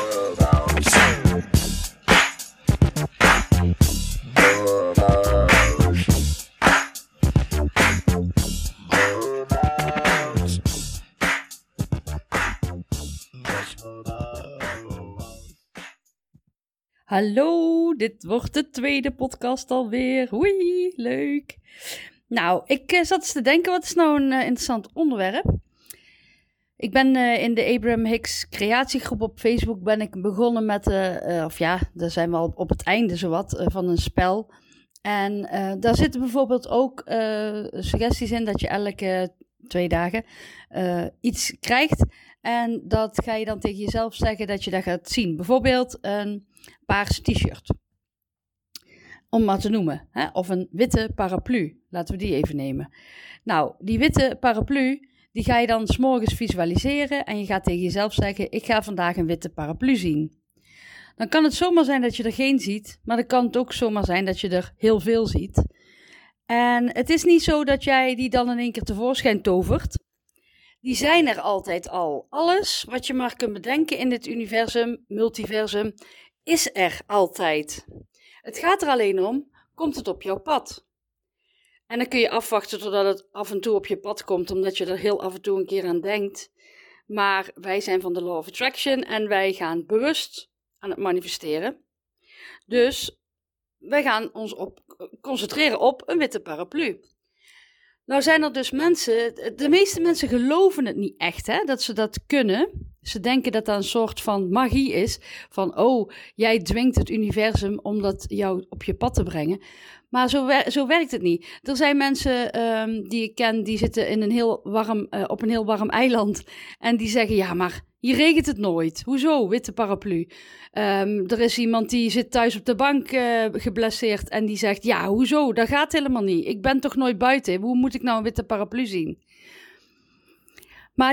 Hallo, dit wordt de tweede podcast alweer. Oei, leuk. Nou, ik zat eens te denken, wat is nou een interessant onderwerp? Ik ben in de Abraham Hicks creatiegroep op Facebook ben ik begonnen met, daar zijn we al op het einde zowat, van een spel. En daar zitten bijvoorbeeld ook suggesties in dat je elke 2 dagen iets krijgt. En dat ga je dan tegen jezelf zeggen dat je dat gaat zien. Bijvoorbeeld een paars t-shirt. Om maar te noemen. Hè? Of een witte paraplu. Laten we die even nemen. Nou, die witte paraplu, die ga je dan 's morgens visualiseren. En je gaat tegen jezelf zeggen, ik ga vandaag een witte paraplu zien. Dan kan het zomaar zijn dat je er geen ziet. Maar dan kan het ook zomaar zijn dat je er heel veel ziet. En het is niet zo dat jij die dan in één keer tevoorschijn tovert. Die zijn er altijd al. Alles wat je maar kunt bedenken in dit universum, multiversum, is er altijd. Het gaat er alleen om, komt het op jouw pad? En dan kun je afwachten totdat het af en toe op je pad komt, omdat je er heel af en toe een keer aan denkt. Maar wij zijn van de Law of Attraction en wij gaan bewust aan het manifesteren. Dus wij gaan ons concentreren op een witte paraplu. Nou zijn er dus mensen, de meeste mensen geloven het niet echt, hè, dat ze dat kunnen. Ze denken dat dat een soort van magie is, van jij dwingt het universum om dat jou op je pad te brengen. Maar zo werkt het niet. Er zijn mensen die ik ken, die zitten in op een heel warm eiland en die zeggen, ja, maar hier regent het nooit. Hoezo, witte paraplu? Er is iemand die zit thuis op de bank geblesseerd en die zegt, ja, hoezo, dat gaat helemaal niet. Ik ben toch nooit buiten, hoe moet ik nou een witte paraplu zien? Maar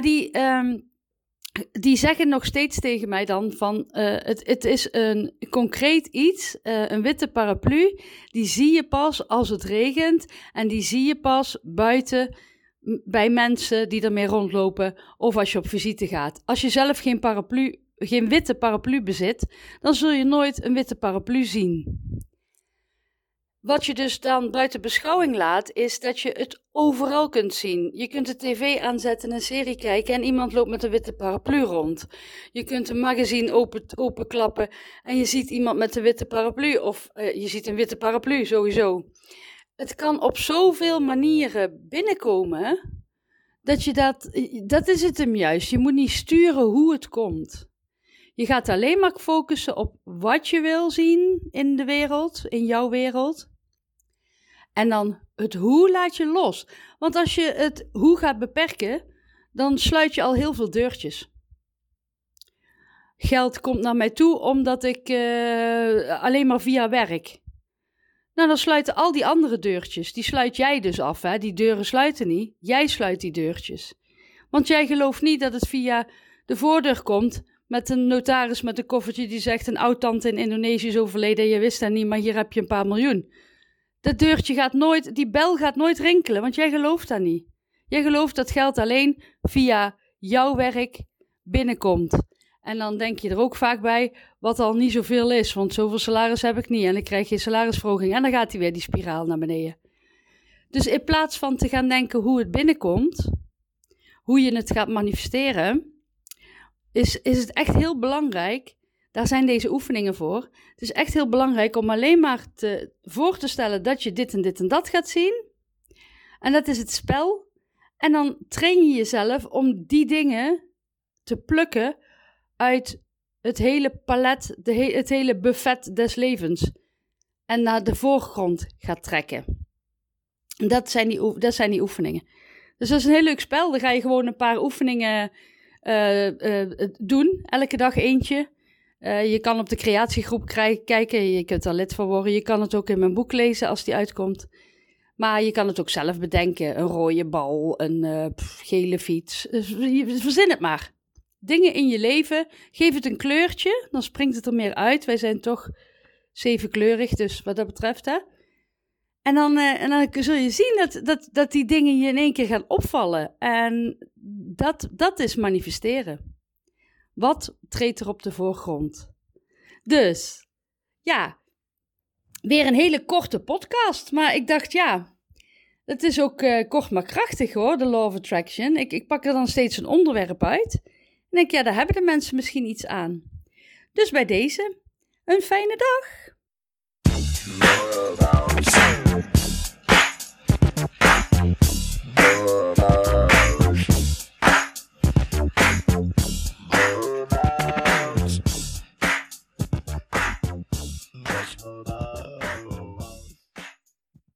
die zeggen nog steeds tegen mij dan van, het is een concreet iets, een witte paraplu, die zie je pas als het regent en die zie je pas buiten bij mensen die ermee rondlopen of als je op visite gaat. Als je zelf geen witte paraplu bezit, dan zul je nooit een witte paraplu zien. Wat je dus dan buiten beschouwing laat, is dat je het overal kunt zien. Je kunt de tv aanzetten, een serie kijken en iemand loopt met een witte paraplu rond. Je kunt een magazine openklappen en je ziet iemand met een witte paraplu of je ziet een witte paraplu sowieso. Het kan op zoveel manieren binnenkomen, dat is het hem juist. Je moet niet sturen hoe het komt. Je gaat alleen maar focussen op wat je wil zien in de wereld, in jouw wereld. En dan het hoe laat je los. Want als je het hoe gaat beperken, dan sluit je al heel veel deurtjes. Geld komt naar mij toe omdat ik alleen maar via werk. Nou, dan sluiten al die andere deurtjes, die sluit jij dus af. Hè? Die deuren sluiten niet, jij sluit die deurtjes. Want jij gelooft niet dat het via de voordeur komt met een notaris met een koffertje die zegt een oud-tante in Indonesië is overleden, je wist dat niet, maar hier heb je een paar miljoen. Dat deurtje gaat nooit, die bel gaat nooit rinkelen, want jij gelooft dat niet. Jij gelooft dat geld alleen via jouw werk binnenkomt. En dan denk je er ook vaak bij, wat al niet zoveel is, want zoveel salaris heb ik niet en dan krijg je salarisverhoging en dan gaat die weer die spiraal naar beneden. Dus in plaats van te gaan denken hoe het binnenkomt, hoe je het gaat manifesteren, is het echt heel belangrijk, daar zijn deze oefeningen voor, het is echt heel belangrijk om alleen maar voor te stellen dat je dit en dat gaat zien. En dat is het spel. En dan train je jezelf om die dingen te plukken uit het hele palet, het hele buffet des levens. En naar de voorgrond gaat trekken. Dat zijn die oefeningen. Dus dat is een heel leuk spel. Dan ga je gewoon een paar oefeningen doen. Elke dag eentje. Je kan op de creatiegroep kijken. Je kunt er lid van worden. Je kan het ook in mijn boek lezen als die uitkomt. Maar je kan het ook zelf bedenken. Een rode bal, een gele fiets. Verzin het maar. Dingen in je leven. Geef het een kleurtje. Dan springt het er meer uit. Wij zijn toch 7-kleurig. Dus wat dat betreft, hè. En dan zul je zien dat die dingen je in één keer gaan opvallen. En dat is manifesteren. Wat treedt er op de voorgrond? Dus, ja, weer een hele korte podcast. Maar ik dacht, ja, het is ook kort maar krachtig hoor, de Law of Attraction. Ik pak er dan steeds een onderwerp uit. En denk, ja, daar hebben de mensen misschien iets aan. Dus bij deze, een fijne dag!